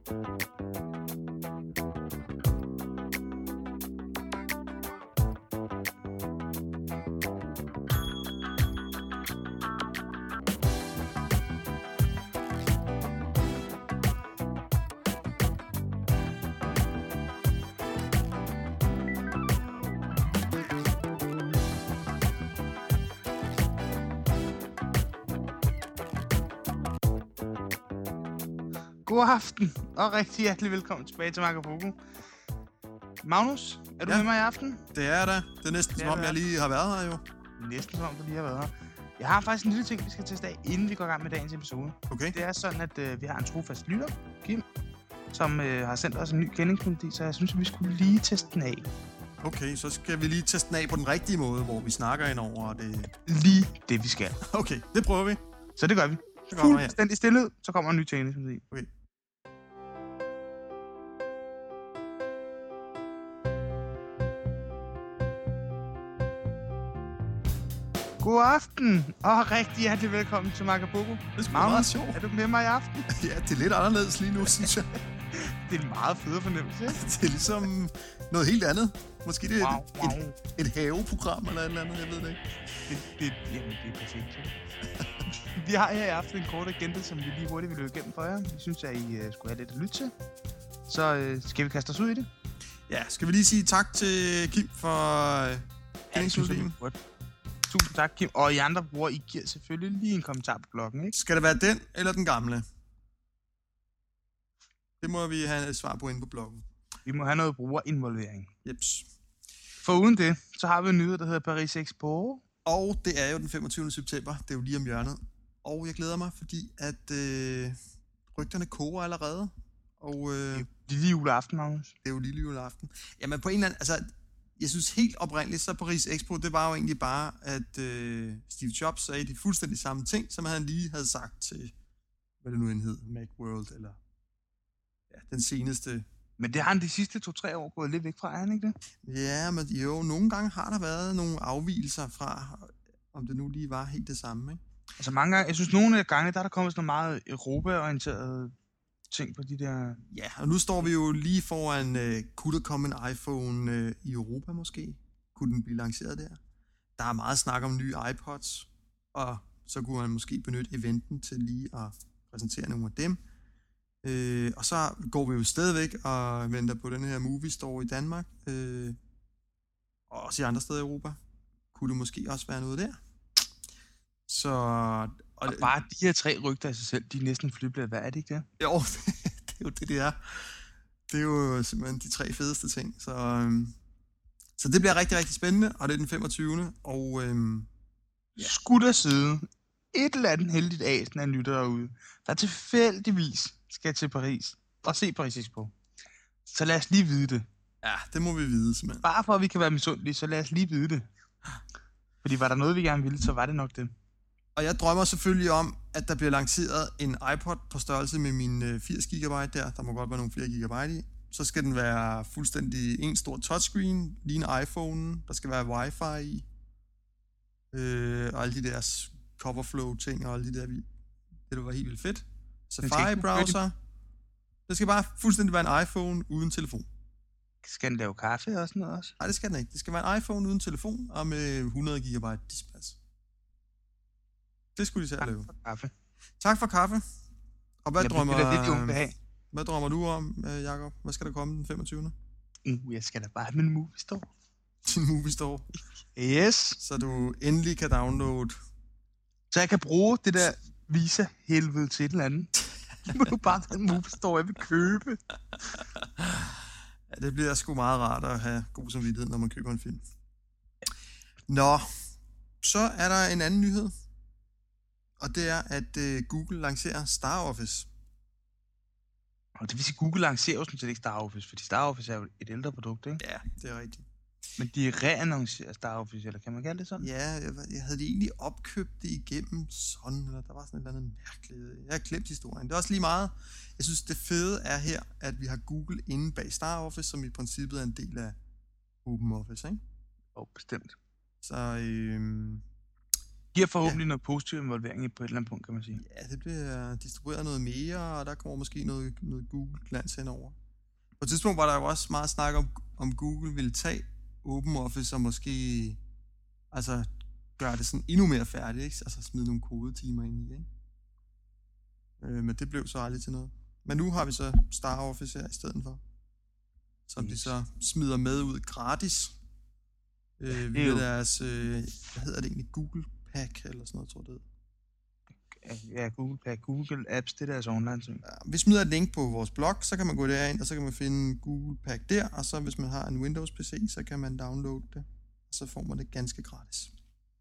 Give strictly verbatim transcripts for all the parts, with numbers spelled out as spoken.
God aften, og rigtig hjertelig velkommen tilbage til Marco Polo. Magnus, er du ja, med mig i aften? Det er der. Det er næsten det er som om, jeg lige har været her jo. Næsten som om, du lige har været her. Jeg har faktisk en lille ting, vi skal teste af, inden vi går i gang med dagens episode. Okay. Det er sådan, at øh, vi har en trofast lytter, Kim, som øh, har sendt os en ny kendingsmelodi, så jeg synes, at vi skulle lige teste den af. Okay, så skal vi lige teste den af på den rigtige måde, hvor vi snakker ind over det. Lige det, vi skal. Okay, det prøver vi. Så det gør vi. Fuldstændig stillhed, så kommer en ny kendingsmelodi. Okay. God aften, og rigtig hjertelig velkommen til Marco Polo. Det er meget sjovt. Er du med mig i aften? Ja, det er lidt anderledes lige nu, synes jeg. Det er en meget fed fornemmelse, ikke? Det er ligesom noget helt andet. Måske det er wow, et, wow. et, et haveprogram eller et eller andet, jeg ved det ikke. Det, det, jamen, det er perfekt. Vi har her i aften en kort agenda, som vi lige hurtigt vil løbe igennem for jer. Vi synes, at I uh, skulle have lidt at lytte til. Så uh, skal vi kaste os ud i det? Ja, skal vi lige sige tak til Kim for uh, kendingsmelodien. Ja, tusind tak, Kim. Og I andre brugere, I giver selvfølgelig lige en kommentar på bloggen, ikke? Skal det være den eller den gamle? Det må vi have et svar på inde på bloggen. Vi må have noget brugerinvolvering. Jeps. For uden det, så har vi en nyhed, der hedder Paris Expo. Og det er jo den femogtyvende september. Det er jo lige om hjørnet. Og jeg glæder mig, fordi at øh, rygterne koger allerede. Og, øh, det er lille juleaften, Magnus. Det er jo lille juleaften. Jamen på en eller anden... Altså, jeg synes helt oprindeligt, så Paris Expo, det var jo egentlig bare, at øh, Steve Jobs sagde de fuldstændig samme ting, som han lige havde sagt til, hvad det nu end hed, Macworld, eller ja, den seneste. Men det har han de sidste to-tre år gået lidt væk fra, er han ikke det? Ja, men jo, nogle gange har der været nogle afvigelser fra, om det nu lige var helt det samme, ikke? Altså mange gange, jeg synes nogle af gange, der er der kommet sådan noget meget Europa-orienteret ting på de der... Ja, og nu står vi jo lige foran, øh, kunne der komme en iPhone øh, i Europa måske? Kunne den blive lanceret der? Der er meget snak om nye iPods, og så kunne man måske benytte eventen til lige at præsentere nogle af dem. Øh, og så går vi jo stadigvæk og venter på den her Movie Store i Danmark, øh, og også i andre steder i Europa. Kunne det måske også være noget der? Så... Og, og bare de her tre rygter i sig selv, de er næsten flybladet. Hvad er det ikke det? Jo, det er jo det, det er. Det er jo simpelthen de tre fedeste ting. Så, øhm, så det bliver rigtig, rigtig spændende, og det er den femogtyvende Og, øhm, ja. Skud af side. Et eller andet heldigt asen af en lytter derude, der tilfældigvis skal til Paris og se Paris Expo. Så lad os lige vide det. Ja, det må vi vide, simpelthen. Bare for at vi kan være misundelige, så lad os lige vide det. Fordi var der noget, vi gerne ville, så var det nok det. Og jeg drømmer selvfølgelig om, at der bliver lanceret en iPod på størrelse med min firs gigabyte der. Der må godt være nogle flere gigabyte i. Så skal den være fuldstændig en stor touchscreen, lige en iPhone. Der skal være wifi i. Øh, og alle de der coverflow-ting og alle de der... Det, der var helt vildt fedt. Safari-browser. Det skal bare fuldstændig være en iPhone uden telefon. Skal den lave kaffe og sådan noget også? Nej, det skal den ikke. Det skal være en iPhone uden telefon og med hundrede gigabyte diskplads. Det skulle de til at lave. Tak for kaffe. Tak for kaffe. Og hvad jeg drømmer, det, hvad drømmer du om, Jakob? Hvad skal der komme den femogtyvende Uh, jeg skal da bare have min Movie Store. Din Movie Store? Yes. Så du endelig kan downloade. Så jeg kan bruge det der Visa-helvede til et eller andet. Det må jo bare den Movie Store, jeg vil købe. Ja, det bliver sgu meget rart at have god samvittighed, når man køber en film. Nå, så er der en anden nyhed. Og det er, at uh, Google lancerer Star Office. Og det vil sige, Google lancerer jo sådan set ikke Star Office, fordi Star Office er jo et ældre produkt, ikke? Ja, det er rigtigt. Men de reannoncerer Star Office, eller kan man kalde det sådan? Ja, jeg, jeg havde de egentlig opkøbt det igennem sådan, eller der var sådan et eller andet mærkeligt. Jeg har glemt historien. Det er også lige meget. Jeg synes, det fede er her, at vi har Google inde bag Star Office, som i princippet er en del af Open Office, ikke? Åh, oh, bestemt. Så, øhm... giver forhåbentlig ja. noget positiv involvering i på et eller andet punkt, kan man sige. Ja, det bliver distribueret noget mere, og der kommer måske noget, noget Google-glans henover. På et tidspunkt var der jo også meget snak om, om Google ville tage OpenOffice og måske altså gøre det sådan endnu mere færdigt, ikke? Altså smide nogle kodetimer ind i, ikke? Øh, men det blev så aldrig til noget. Men nu har vi så StarOffice her i stedet for, som yes. de så smider med ud gratis. Øh, via deres, øh, hvad hedder det egentlig, Google Pack eller sådan noget, tror jeg det hedder. Ja, Google Pack, Google Apps, det er deres online ting. Ja, vi smider et link på vores blog, så kan man gå derind, og så kan man finde Google Pack der, og så hvis man har en Windows P C, så kan man downloade det, og så får man det ganske gratis.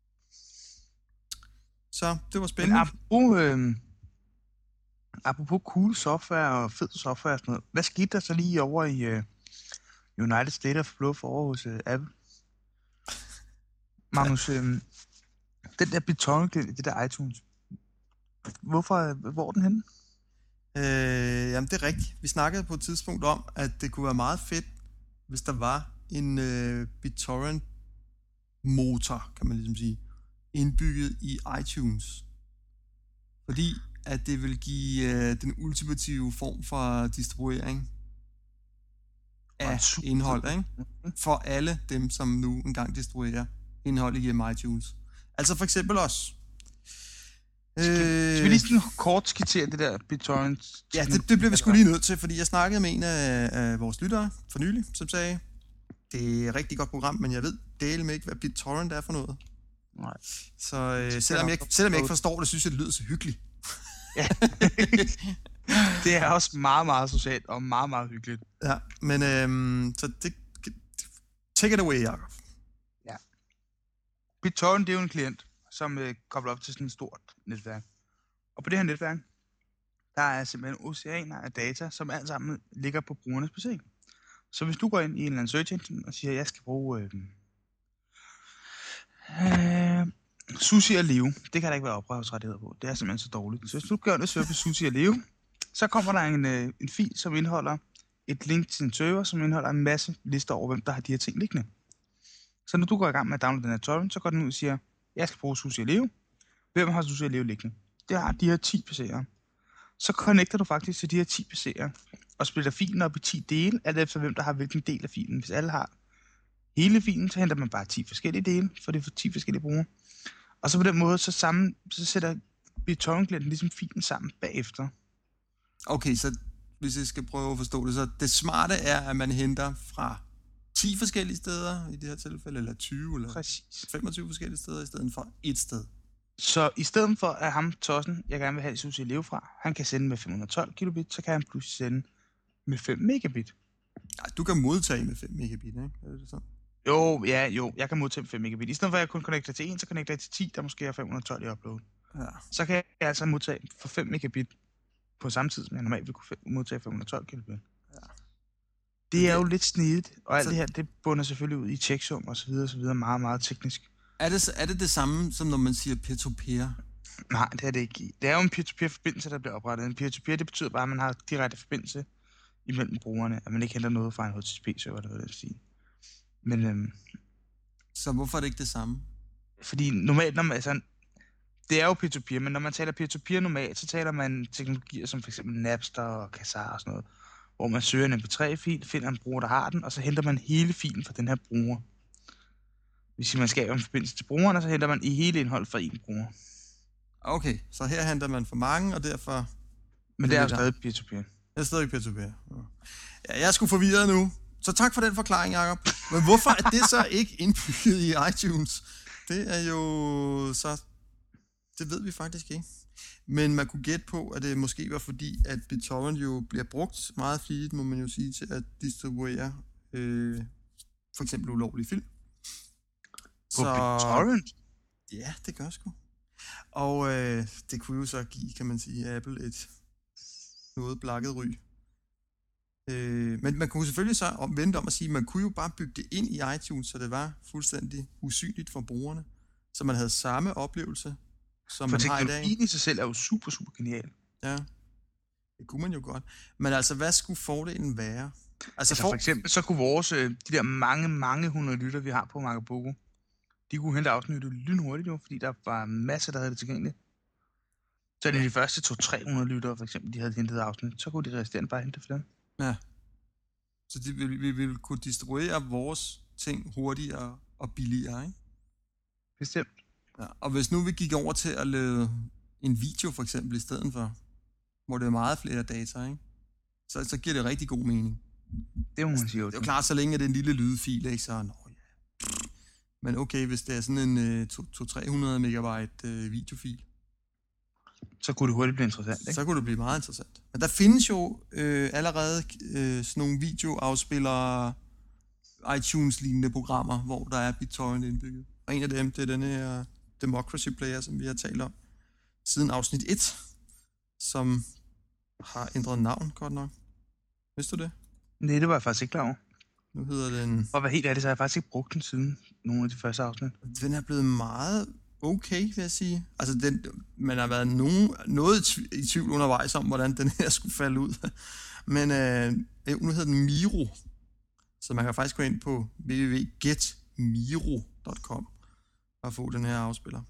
Så det var spændende. Men apropos, øh, apropos cool software og fed software og sådan noget, hvad skete der så lige over i øh, United States of Bluff over hos øh, Apple? Magnus, øh, den der betonklint i det der iTunes, hvorfor, hvor er den henne? Øh, jamen det er rigtigt. Vi snakkede på et tidspunkt om, at det kunne være meget fedt, hvis der var en øh, BitTorrent motor, kan man ligesom sige, indbygget i iTunes. Fordi at det vil give øh, den ultimative form for distribuering af indhold, ikke? For alle dem, som nu engang distribuerer indhold igennem iTunes. Altså for eksempel os. Skal, skal vi lige sådan kort skitsere det der BitTorrent? Ja, det, det bliver vi sgu lige nødt til, fordi jeg snakkede med en af, af vores lyttere for nylig, som sagde, det er et rigtig godt program, men jeg ved dele med ikke, hvad BitTorrent er for noget. Nej. Så øh, selvom, jeg, selvom jeg ikke forstår det, synes jeg, det lyder så hyggeligt. Ja. Det er også meget, meget socialt og meget, meget hyggeligt. Ja, men øhm, så det... Take it away, Jacob. Ja. BitTorrent, det er jo en klient, som øh, kobler op til sådan et stort netværk. Og på det her netværk, der er simpelthen oceaner af data, som alt sammen ligger på brugernes P C. Så hvis du går ind i en eller anden search engine og siger, at jeg skal bruge øh, øh, Sushi og Leo, det kan der ikke være ophavsrettigheder på. Det er simpelthen så dårligt. Så hvis du går ind og søger på Sushi og Leo, så kommer der en, øh, en fil, som indeholder et link til en server, som indeholder en masse lister over, hvem der har de her ting liggende. Så når du går i gang med at downloade den her torrent, så går den ud og siger, jeg skal bruge Sushi og Leo. Hvem har Sushi og Leo liggende? Det har de her ti P C'er. Så connecter du faktisk til de her ti P C'er og splitter filen op i ti dele, alt efter hvem der har hvilken del af filen. Hvis alle har hele filen, så henter man bare ti forskellige dele, for det er for ti forskellige brugere. Og så på den måde, så, sammen, så sætter BitTorrent-klienten ligesom filen sammen bagefter. Okay, så hvis jeg skal prøve at forstå det, så det smarte er, at man henter fra ti forskellige steder i det her tilfælde, eller tyve eller Præcis. femogtyve forskellige steder, i stedet for et sted. Så i stedet for at ham, Tossen, jeg gerne vil have Sushi Leo fra, han kan sende med fem hundrede og tolv kilobit, så kan han pludselig sende med fem megabit. Nej, du kan modtage med fem megabit, ikke? Er det sådan? Jo, ja, jo, jeg kan modtage med fem megabit. I stedet for at jeg kun connecter til en, så connecter jeg til ti, der måske er fem hundrede og tolv i upload. Ja. Så kan jeg altså modtage for fem megabit på samme tid, som jeg normalt vil kunne modtage fem hundrede og tolv kilobit. Ja. Det er jo lidt snedigt, og alt så det her, det bunder selvfølgelig ud i checksum og så videre, og så videre, meget, meget teknisk. Er det, er det det samme, som når man siger peer-to-peer? Nej, det er det ikke. Det er jo en peer-to-peer-forbindelse, der bliver oprettet. En peer-to-peer, det betyder bare, at man har direkte forbindelse imellem brugerne, at man ikke henter noget fra en H T T P-server, eller hvad det vil sige. Men, øhm, så hvorfor er det ikke det samme? Fordi normalt, når man, altså, det er jo peer-to-peer, men når man taler peer-to-peer normalt, så taler man teknologier som f.eks. Napster og Kazaa og sådan noget, hvor man søger en M P tre fil, finder en bruger, der har den, og så henter man hele filen fra den her bruger. Hvis man skaber en forbindelse til brugeren, og så henter man i hele indholdet fra en bruger. Okay, så her henter man for mange, og derfor... Men det er jo stadig peer-to-peer. Det er stadig peer-to-peer. Ja, jeg er sgu forvirret nu. Så tak for den forklaring, Jacob. Men hvorfor er det så ikke indbygget i iTunes? Det er jo så... Det ved vi faktisk ikke. Men man kunne gætte på, at det måske var fordi, at BitTorrent jo bliver brugt meget flittigt, må man jo sige, til at distribuere øh, for eksempel ulovlige film. På så... BitTorrent? Ja, det gør sgu. Og øh, det kunne jo så give, kan man sige, Apple et noget blakket ry. Øh, men man kunne selvfølgelig så omvendt om at sige, at man kunne jo bare bygge det ind i iTunes, så det var fuldstændig usynligt for brugerne. Så man havde samme oplevelse, som for man har i dag. Teknologien i sig selv er jo super, super genial. Ja, det kunne man jo godt. Men altså, hvad skulle fordelen være? Altså, altså for... for eksempel, så kunne vores, de der mange, mange hundrede lytter, vi har på Magabogo, de kunne hente afsnittet lynhurtigt nu, fordi der var masser, der havde det tilgængeligt. Så det de første to til tre hundrede lyttere, for eksempel, de havde hentet afsnit, så kunne de resterende bare hente for dem. Ja. Så de, vi, vi ville kunne distribuere vores ting hurtigere og billigere, ikke? Bestemt. Ja. Og hvis nu vi gik over til at lave en video, for eksempel, i stedet for, hvor det er meget flere data, ikke? Så, så giver det rigtig god mening. Det må man sige. Det er jo klart, så længe det er en lille lydfil, ikke? Så, nå, ja. Men okay, hvis det er sådan en uh, to til tre hundrede megabyte uh, videofil, så kunne det hurtigt blive interessant, ikke? Så kunne det blive meget interessant. Men der findes jo øh, allerede øh, sådan nogle videoafspillere, iTunes-lignende programmer, hvor der er BitTorrent indbygget. Og en af dem, det er den her Democracy Player, som vi har talt om siden afsnit et, som har ændret navn, godt nok. Vidste du det? Nej, det var jeg faktisk ikke klar over. Nu hedder den... Og hvad helt er det, så har jeg faktisk ikke brugt den siden nogle af de første afsnit. Den er blevet meget okay, vil jeg sige. Altså, den, man har været nogen, noget i tvivl undervejs om, hvordan den her skulle falde ud. Men øh, nu hedder den Miro. Så man kan faktisk gå ind på w w w punktum get miro punktum com og få den her afspiller.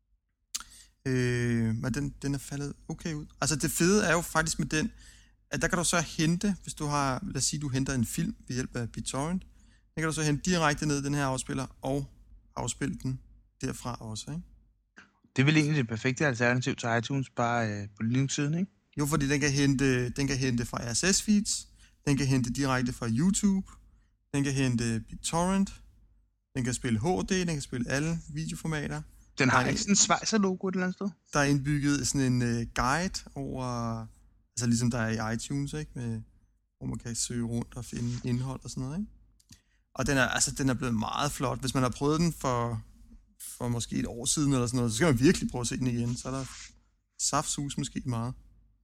Øh, men den, den er faldet okay ud. Altså, det fede er jo faktisk med den, at der kan du så hente, hvis du har, lad os sige, du henter en film ved hjælp af BitTorrent, der kan du så hente direkte ned i den her afspiller og afspille den derfra også, ikke? Det er vel egentlig det perfekte alternativ til iTunes, bare øh, på Linux-siden, ikke? Jo, fordi den kan hente, den kan hente fra R S S-feeds, den kan hente direkte fra YouTube, den kan hente BitTorrent, den kan spille H D, den kan spille alle videoformater. Den har der ikke sådan en Schweizer-logo et eller andet sted? Der er indbygget sådan en uh, guide over, altså ligesom der er i iTunes, ikke? Med, hvor man kan søge rundt og finde indhold og sådan noget, ikke? Og den er, altså, den er blevet meget flot. Hvis man har prøvet den for, for måske et år siden eller sådan noget, så skal man virkelig prøve at se den igen. Så er der saftsus måske meget.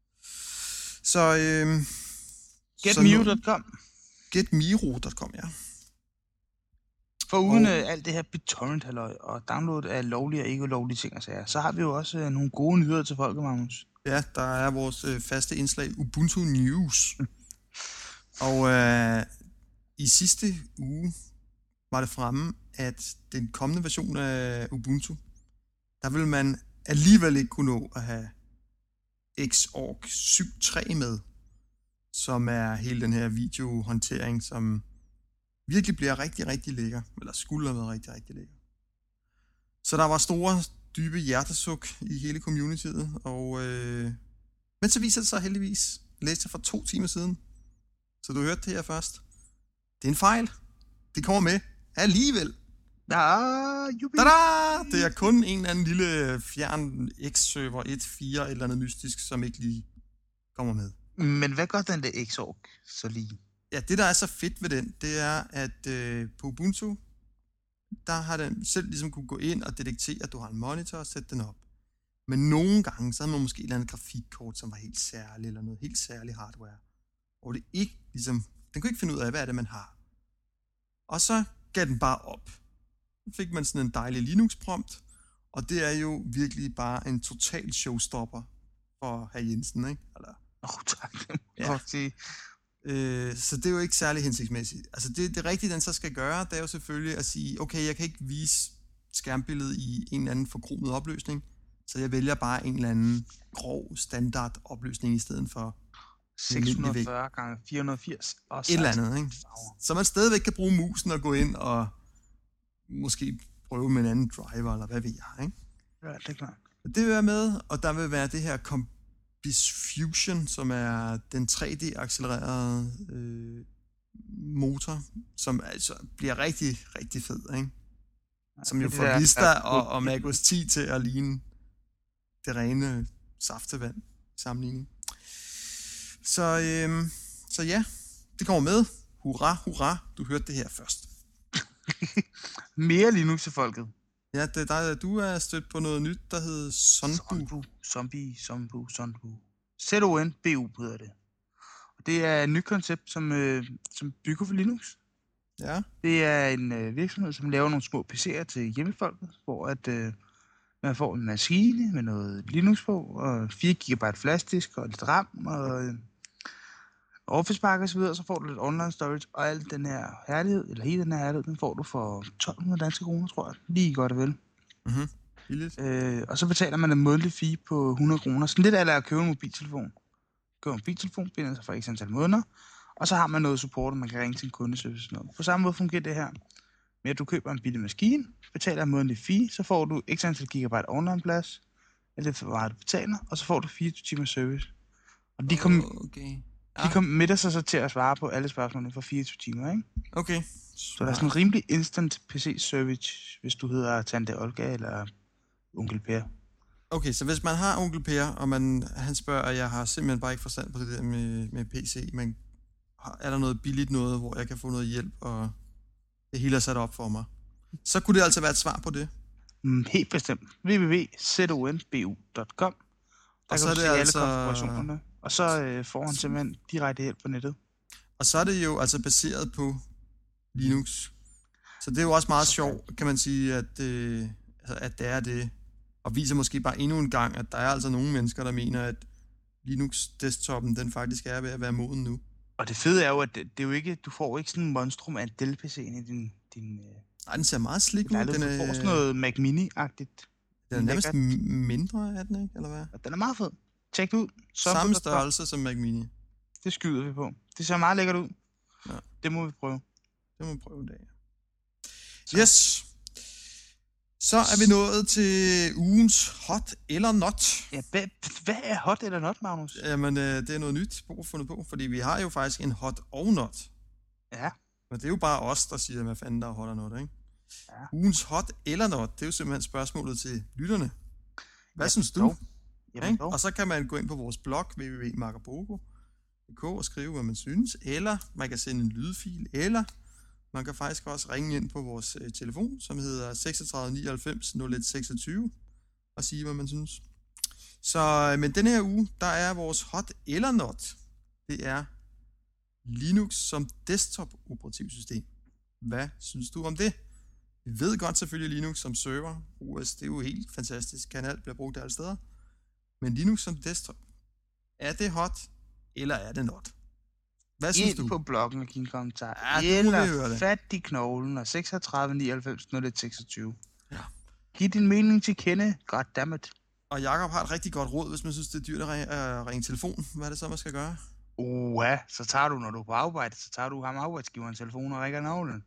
Så, øhm, get miro punktum com get miro punktum com, ja. For uden og, alt det her BitTorrent-halløj og download af lovlige og ikke lovlige ting og sager, så har vi jo også øh, nogle gode nyheder til folket, Magnus. Ja, der er vores øh, faste indslag Ubuntu News. Og øh, i sidste uge var det fremme, at den kommende version af Ubuntu, der vil man alligevel ikke kunne nå at have Xorg syv punkt tre med, som er hele den her videohåndtering, som virkelig bliver rigtig, rigtig lækker, eller skulle have været rigtig, rigtig lækker. Så der var store, dybe hjertesuk i hele communityet, og øh, men så viser det sig heldigvis, jeg læste for to timer siden, så du hørte det her først. Det er en fejl. Det kommer med alligevel. Ja, jubi. Tada! Det er kun en eller anden lille fjern X-server et punkt fire eller andet mystisk, som ikke lige kommer med. Men hvad gør den der Xorg så lige? Ja, det der er så fedt ved den, det er, at øh, på Ubuntu, der har den selv ligesom kunne gå ind og detektere, at du har en monitor og sætte den op. Men nogle gange, så havde man måske et eller andet grafikkort, som var helt særligt, eller noget helt særligt hardware. Og det ikke ligesom, den kunne ikke finde ud af, hvad er det, man har. Og så gav den bare op. Så fik man sådan en dejlig Linux-prompt, og det er jo virkelig bare en total showstopper for hr. Jensen, ikke? Eller, Åh, oh, tak. Det må ja. jeg sige. Øh, så det er jo ikke særlig hensigtsmæssigt. Altså det, det rigtige, den så skal gøre, det er jo selvfølgelig at sige, okay, jeg kan ikke vise skærmbilledet i en eller anden forkromet opløsning, så jeg vælger bare en eller anden grov standard opløsning i stedet for seks hundrede og fyrre gange fire hundrede og firs og et eller andet, ikke? Så man stadigvæk kan bruge musen og gå ind og måske prøve med en anden driver, eller hvad ved jeg, ikke? Ja, det er klart. Det vil være med, og der vil være det her Combis Fusion, som er den tre D-accelererede øh, motor, som altså bliver rigtig, rigtig fed, ikke? Som jo får Vista og, og Mac O S ti til at ligne det rene saftevand i sammenligning. Så, øhm, så ja, det kommer med. Hurra, hurra, du hørte det her først. Mere Linux til folket. Ja, det, der, du er stødt på noget nyt, der hedder Sonbu. Zombie, Sonbu, Sonbu. Z O N B U hedder det. Og det er et nyt koncept, som, øh, som bygger for Linux. Ja. Det er en øh, virksomhed, som laver nogle små P C'er til hjemmefolket, hvor at, øh, man får en maskine med noget Linux på, og fire gigabyte flashdisk og lidt RAM, og øh, Office-pakke og så videre, så får du lidt online storage, og al den her herlighed, eller hele den her herlighed, den får du for tolv hundrede danske kroner, tror jeg. Lige godt og vel. Mhm. Billigt. Øh, og så betaler man en månedlig fee på hundrede kroner. Sådan lidt af at købe en mobiltelefon. Købe en mobiltelefon, binder sig for x antal måneder, og så har man noget support, og man kan ringe til en kundeservice. Noget. På samme måde fungerer det her. Med at du køber en billig maskine, betaler en månedlig fee, så får du x antal gigabyte online-plads, eller det for meget du betaler, og så får du fireogtyve timer service. Og de kommer Okay. ja. de kom midter sig så til at svare på alle spørgsmålene for fireogtyve timer, ikke? Okay. Så der er sådan en rimelig instant P C-service, hvis du hedder Tante Olga eller Onkel Per. Okay, så hvis man har onkel Per, og man, han spørger, og jeg har simpelthen bare ikke forstand på det der med, med P C, men er der noget billigt noget, hvor jeg kan få noget hjælp, og det hele er sat op for mig, så kunne det altså være et svar på det. Mm, helt bestemt. w w w punktum z o n b u punktum com. Der Og kan så er du det se altså- alle konfigurationerne. Og så øh, får han simpelthen direkte hjælp på nettet. Og så er det jo altså baseret på Linux. Så det er jo også meget Så- sjovt, kan man sige, at, øh, altså, at det er det. Og viser måske bare endnu en gang, at der er altså nogle mennesker, der mener, at Linux-desktoppen, den faktisk er ved at være moden nu. Og det fede er jo, at det, det er jo ikke, du får ikke sådan en monstrum af en Dell-P C ind i din, din øh, Nej, den ser meget slik ud. lejlighed. Den Du får er, sådan noget Mac Mini-agtigt. den er nærmest lækkert. m- mindre af den, ikke? Eller hvad? Og den er meget fed. Tjek det ud. Så Samme størrelse som Mac Mini. Det skyder vi på. Det ser meget lækkert ud. Ja. Det må vi prøve. Det må vi prøve en dag. Yes. Så er vi nået til ugens hot eller not. Ja, hvad, hvad er hot eller not, Magnus? Jamen, øh, det er noget nyt, Bo har fundet på, fordi vi har jo faktisk en hot og not. Ja. Men det er jo bare os, der siger, hvad fanden der er hot og not, ikke? Ja. Ugens hot eller not, det er jo simpelthen spørgsmålet til lytterne. Hvad Ja, synes du? dog. Jamen, Ikke? dog. Og så kan man gå ind på vores blog, w w w punktum markerbogo punktum d k, og skrive, hvad man synes, eller man kan sende en lydfil, eller man kan faktisk også ringe ind på vores øh, telefon, som hedder seksogtredive nioghalvfems nul et seksogtyve, og sige, hvad man synes. Så, øh, men den her uge, der er vores hot eller not, det er Linux som desktop-operativsystem. Hvad synes du om det? Vi ved godt selvfølgelig Linux som server. O S, det er jo helt fantastisk. Kanal bliver brugt alle steder. Men Linux som desktop, er det hot, eller er det not? Hvad synes Ind du? på bloggen og give en kommentar. Ja, det må vi høre Eller det. fat i knoglen og seksogtredive nioghalvfems nul et seksogtyve. Ja. Giv din mening til kende. Goddammit. Og Jakob har et rigtig godt råd, hvis man synes, det er dyrt at ringe, at ringe telefon. Hvad er det så, man skal gøre? Oha, så tager du, når du er på arbejde, så tager du ham arbejdsgiveren telefon og ringer navlen.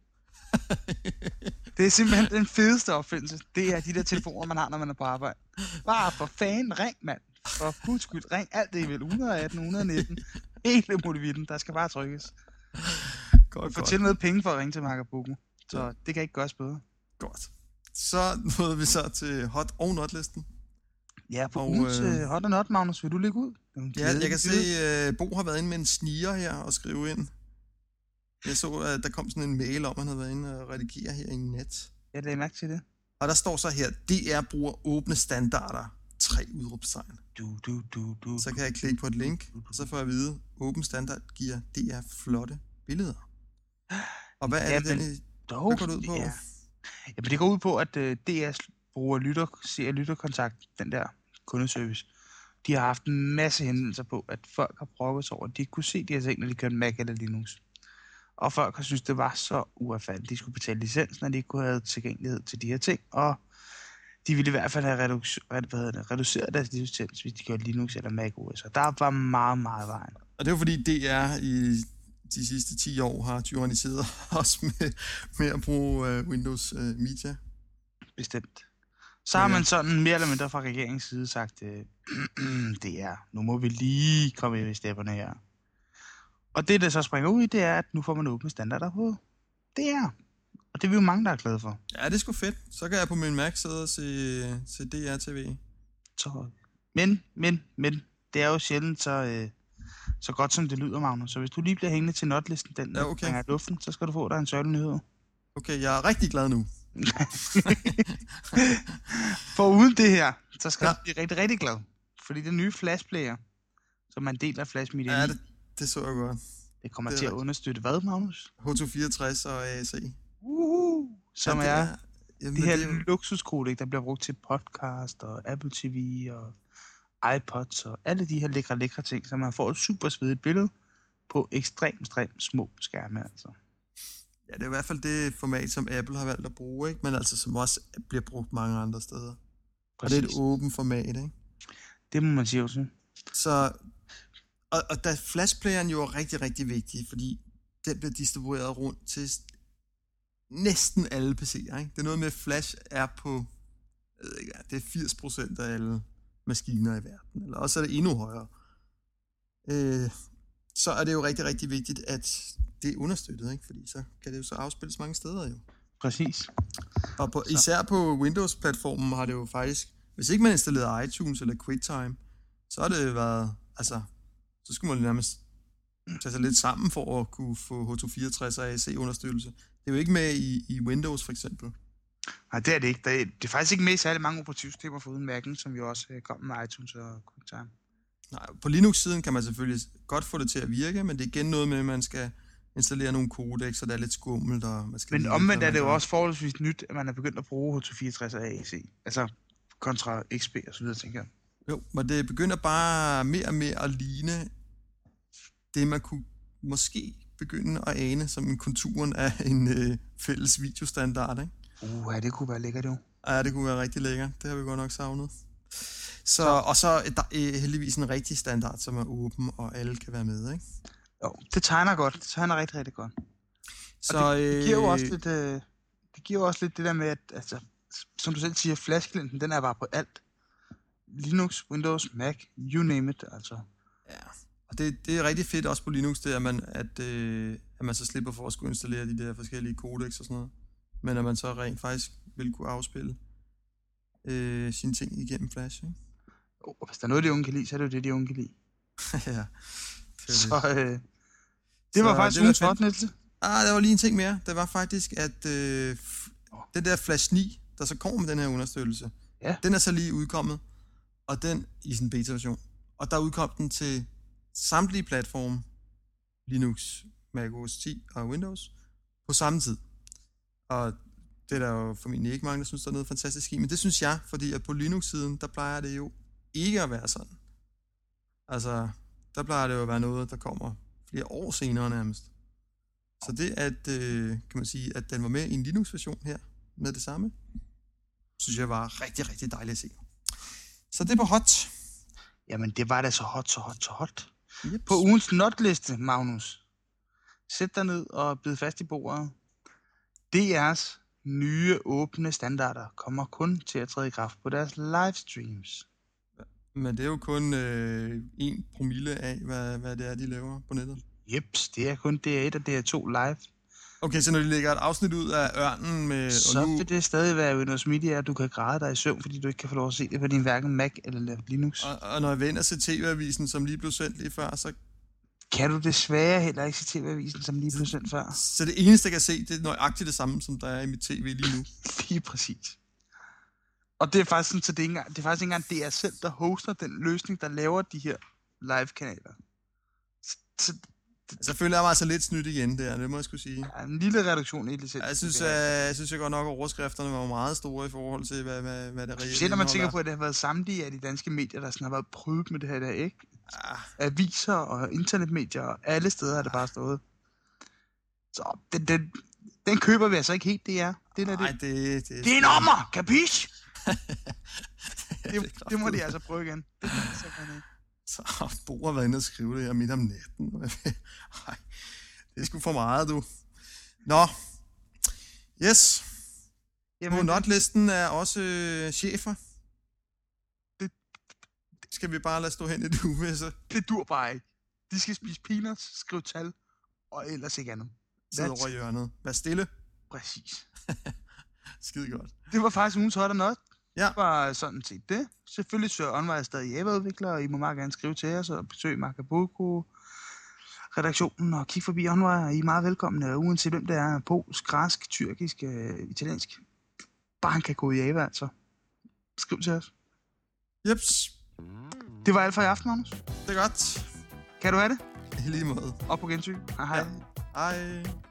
Det er simpelthen den fedeste opfindelse. Det er de der telefoner, man har, når man er på arbejde. Bare for fanden, ring, mand. For guds skyld, ring alt det, I vil. et hundrede atten, et hundrede nitten. Hele muligheden. Der skal bare trykkes. Godt, Få til noget penge for at ringe til Marker Så det kan ikke gøres bedre. Godt. Så nåede vi så til hot og not-listen. Ja, på Og, ugens øh, øh, hot og not, Magnus, vil du lægge ud? Jamen, Ja, jeg kan glæde- se, at Bo har været inde med en sniger her og skrive ind. Jeg så, at der kom sådan en mail om, at han havde været inde og redigere her i net. Jeg lagde mærke til det. Og der står så her, D R bruger åbne standarder. Tre udråbstegn. Du, du, du, du. Så kan jeg klikke på et link, og så får jeg at vide, åben standard giver D R flotte billeder. Og hvad er Ja, det, den, men i- Dog, hvad går det ud på? Ja. Jamen, det går ud på, at øh, D R bruger lytter, ser lytterkontakt, den der kundeservice. De har haft en masse hændelser på, at folk har brokket sig over, at de ikke kunne se de her ting, når de kørte Mac eller Linux. Og folk har synes det var så uretfærdigt. De skulle betale licens, når de ikke kunne have tilgængelighed til de her ting. Og de ville i hvert fald have redu- hvad hedder det, reduceret deres licens, hvis de kørte Linux eller Mac O S. Og der var meget, meget vejen. Og det er jo fordi D R i de sidste ti år har tyranniseret os med, med at bruge uh, Windows uh, Media. Bestemt. Så har Ja. man sådan mere eller mindre fra regeringens side sagt, øh, det er, nu må vi lige komme ind i stepperne her. Og det, der så springer ud i, det er, at nu får man åbne standarder på D R. Og det er vi jo mange, der er glade for. Ja, det er sgu fedt. Så kan jeg på min Mac sidde og se, se D R T V. Så, men, men, men, det er jo sjældent så, øh, så godt, som det lyder, Magnus. Så hvis du lige bliver hængende til notlisten, den Ja, okay. der er i luften, så skal du få dig en sørgelig nyhed. Okay, jeg er rigtig glad nu. For uden det her, så skal Ja. ja. du blive rigtig, rigtig glad. Fordi den nye Flash-player, som er en del af Flash Media Ja, ni, det, det så jeg godt. det kommer det er til at rigtigt. understøtte hvad, Magnus? H to fireogtres og A A C. Uhuh. Som ja, det er jamen, det her det er jo- luksuskodek, der bliver brugt til podcast og Apple T V og iPods og alle de her lækre, lækre ting, så man får et super svedigt billede på ekstremt, ekstremt små skærme, altså. Ja, det er i hvert fald det format, som Apple har valgt at bruge, ikke? Men altså som også bliver brugt mange andre steder. Præcis. Og det er et åbent format, ikke? Det må man sige også. Så, og, og da flashplayeren jo er rigtig, rigtig vigtig, fordi den bliver distribueret rundt til næsten alle P C'er, ikke? Det er noget med, at Flash er på, jeg ved ikke, det er firs procent af alle maskiner i verden, eller også er det endnu højere. Øh, så er det jo rigtig, rigtig vigtigt, at det er understøttet, ikke? Fordi så kan det jo så afspilles mange steder jo. Præcis. Og på, især på Windows-platformen har det jo faktisk, hvis ikke man installerede iTunes eller QuickTime, så har det været, altså, så skulle man nærmest tage sig lidt sammen for at kunne få H to fireogtres og A A C-understøttelse. Det er jo ikke med i, i Windows, for eksempel. Nej, det er det ikke. Det er, det er faktisk ikke med i særlig mange operativsystemer foruden Mac'en, som jo også øh, kom med iTunes og QuickTime. Nej, på Linux-siden kan man selvfølgelig godt få det til at virke, men det er igen noget med, at man skal installere nogle codecs, så det er lidt skummelt. Og man skal men omvendt er det jo også forholdsvis nyt, at man er begyndt at bruge H to fireogtres og A A C. Altså kontra X P og så videre, tænker jeg. Jo, men det begynder bare mere og mere at ligne det, man kunne måske begynde at ane som en konturen af en øh, fælles videostandard, ikke? Uh, ja, det kunne være lækkert jo. Ja, det kunne være rigtig lækkert. Det har vi godt nok savnet. Så, og så er der heldigvis en rigtig standard, som er åben, og alle kan være med, ikke? Jo, det tegner godt. Det tegner rigtig, rigtig godt. Så, og det, det giver jo øh, også lidt, øh, det giver jo også lidt det der med, at altså, som du selv siger, flashklinten, den er bare på alt. Linux, Windows, Mac, you name it, altså. Ja, og det, det er rigtig fedt også på Linux, det er, at man, at, øh, at man så slipper for at skulle installere de der forskellige codecs og sådan noget. Men at man så rent faktisk vil kunne afspille øh, sine ting igennem Flash, ikke? Oh, hvis der er noget, de unge kan lide, så er det jo det, de unge kan lide. Ja. Det så øh, det så var faktisk ugens hotnættelse. Ah, der var lige en ting mere. Det var faktisk, at øh, f- den der Flash ni, der så kommer med den her understøttelse, ja. Den er så lige udkommet, og den i sin beta-version. Og der udkom den til samtlige platforme, Linux, Mac O S ti og Windows, på samme tid. Og det er der jo formentlig ikke mange, der synes, der er noget fantastisk i, men det synes jeg, fordi at på Linux-siden, der plejer det jo ikke at være sådan. Altså, der plejer det jo at være noget, der kommer flere år senere nærmest. Så det, at, øh, kan man sige, at den var med i en Linux-version her, med det samme, synes jeg var rigtig, rigtig dejligt at se. Så det er på hot. Jamen, det var da så hot, så hot, så hot. Yep. På ugens notliste, Magnus. Sæt dig ned og bid fast i bordet. D R's nye åbne standarder kommer kun til at træde i kraft på deres livestreams. Men det er jo kun øh, en promille af, hvad, hvad det er, de laver på nettet. Jeps, det er kun D R et og D R to live. Okay, så når de lægger et afsnit ud af Ørnen med... Så og nu... vil det stadig være Windows Media, at du kan græde dig i søvn, fordi du ikke kan få lov at se det på din hverken Mac eller Linux. Og, og når jeg vender til T V-avisen, som lige blev sendt lige før, så... Kan du desværre heller ikke se T V-avisen, som lige blev sendt før. Så det eneste, jeg kan se, det er nøjagtigt det samme, som der er i mit tv lige nu. Lige præcis. Og det er faktisk sådan, så det er, ikke engang, det er faktisk ikke engang D R selv, der hoster den løsning, der laver de her live-kanaler. Så, så Så føler jeg mig altså lidt snydt igen der, det må jeg skulle sige. Ja, en lille reduktion i licens. Jeg synes, jeg, jeg synes jeg godt nok, at overskrifterne var meget store i forhold til, hvad, hvad, hvad det reelt er. Selv når man tænker på, at det har været samtlige af de danske medier, der sådan har været prøvet med det her der, ikke? Ah. Aviser og internetmedier, og alle steder har det bare stået. Så den, den, den køber vi altså ikke helt, det er. Det, der, Nej, det, det, det, det er en ommer, kapish? det, det, det må de altså prøve igen. Det kan de simpelthen ikke. Så har Bo været inde og skrive det her midt om natten. Ej, det er sgu for meget, du. Nå. Yes. Jamen, på notlisten er også øh, chefer. Det skal vi bare lade stå hen i det uvisse. Det dur bare ikke. De skal spise peanuts, skrive tal, og ellers ikke andet. Sid over i hjørnet. Vær stille. Præcis. Skide godt. Det var faktisk ugens hot or not. Ja. Det var sådan set det. Selvfølgelig så Onwire er stadig Java-udvikler, og I må meget gerne skrive til os og besøge Macaboco-redaktionen og kigge forbi Onwire. I er meget velkomne, uanset hvem det er. Polsk, græsk, tyrkisk, øh, italiensk. Bare han kan gå i Java, altså. Skriv til os. Jeps. Det var alt for i aften, Magnus. Det er godt. Kan du have det? I lige måde. Og på gensyn. Hej hej. Ja. Hej.